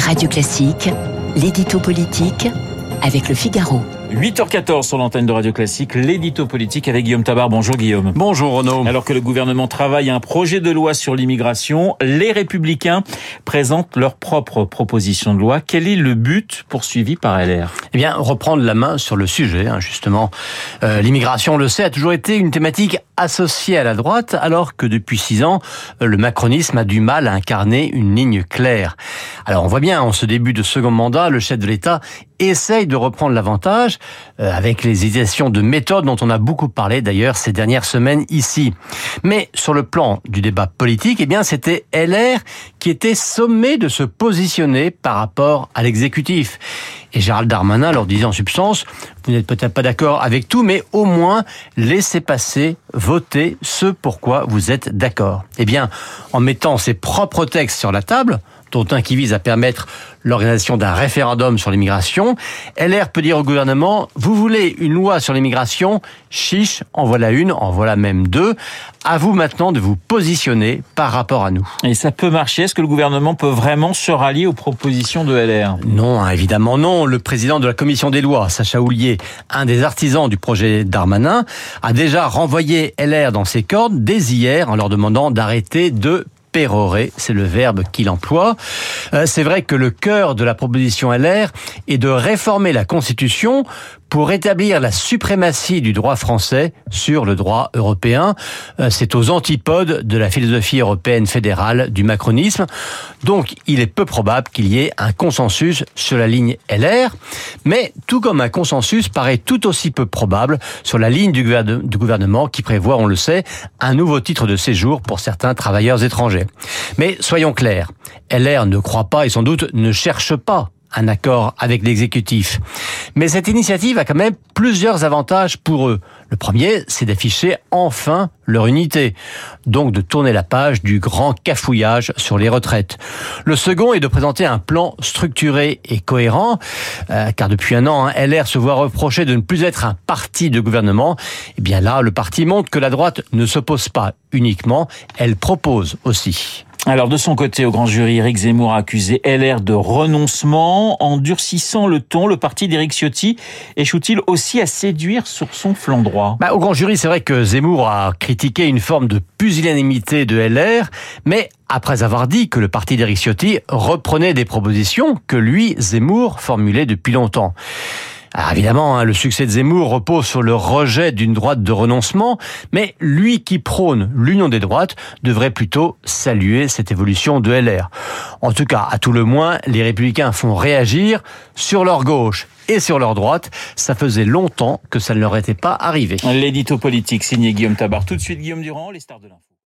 Radio Classique, l'édito politique avec Le Figaro. 8h14 sur l'antenne de Radio Classique, l'édito politique avec Guillaume Tabar. Bonjour Guillaume. Bonjour Renaud. Alors que le gouvernement travaille un projet de loi sur l'immigration, les Républicains présentent leur propre proposition de loi. Quel est le but poursuivi par LR ? Eh bien, reprendre la main sur le sujet, justement. L'immigration, on le sait, a toujours été une thématique associée à la droite, alors que depuis 6 ans, le macronisme a du mal à incarner une ligne claire. Alors on voit bien, en ce début de second mandat, le chef de l'État essaye de reprendre l'avantage avec les hésitations de méthode dont on a beaucoup parlé d'ailleurs ces dernières semaines ici. Mais sur le plan du débat politique, eh bien c'était LR qui était sommé de se positionner par rapport à l'exécutif. Et Gérald Darmanin leur disait en substance, vous n'êtes peut-être pas d'accord avec tout, mais au moins laissez passer, votez ce pourquoi vous êtes d'accord. Eh bien, en mettant ses propres textes sur la table, dont un qui vise à permettre l'organisation d'un référendum sur l'immigration, LR peut dire au gouvernement, vous voulez une loi sur l'immigration, chiche, en voilà une, en voilà même deux. À vous maintenant de vous positionner par rapport à nous. Et ça peut marcher ? Est-ce que le gouvernement peut vraiment se rallier aux propositions de LR ? Non, évidemment non. Le président de la commission des lois, Sacha Houlié, un des artisans du projet Darmanin, a déjà renvoyé LR dans ses cordes dès hier en leur demandant d'arrêter de pérorer, c'est le verbe qu'il emploie. C'est vrai que le cœur de la proposition LR est de réformer la Constitution pour établir la suprématie du droit français sur le droit européen. C'est aux antipodes de la philosophie européenne fédérale du macronisme. Donc, il est peu probable qu'il y ait un consensus sur la ligne LR. Mais, tout comme un consensus paraît tout aussi peu probable sur la ligne du gouvernement qui prévoit, on le sait, un nouveau titre de séjour pour certains travailleurs étrangers. Mais soyons clairs, LR ne croit pas et sans doute ne cherche pas un accord avec l'exécutif. Mais cette initiative a quand même plusieurs avantages pour eux. Le premier, c'est d'afficher enfin leur unité, donc de tourner la page du grand cafouillage sur les retraites. Le second est de présenter un plan structuré et cohérent, car depuis un an, LR se voit reprocher de ne plus être un parti de gouvernement. Et bien là, le parti montre que la droite ne s'oppose pas uniquement, elle propose aussi. Alors, de son côté, au grand jury, Éric Zemmour a accusé LR de renoncement. En durcissant le ton, le parti d'Éric Ciotti échoue-t-il aussi à séduire sur son flanc droit ? Au grand jury, c'est vrai que Zemmour a critiqué une forme de pusillanimité de LR, mais après avoir dit que le parti d'Éric Ciotti reprenait des propositions que lui, Zemmour, formulait depuis longtemps. Alors évidemment, le succès de Zemmour repose sur le rejet d'une droite de renoncement, mais lui qui prône l'union des droites devrait plutôt saluer cette évolution de LR. En tout cas, à tout le moins, les Républicains font réagir sur leur gauche et sur leur droite. Ça faisait longtemps que ça ne leur était pas arrivé. L'édito politique signé Guillaume Tabar. Tout de suite, Guillaume Durand, les stars de l'info.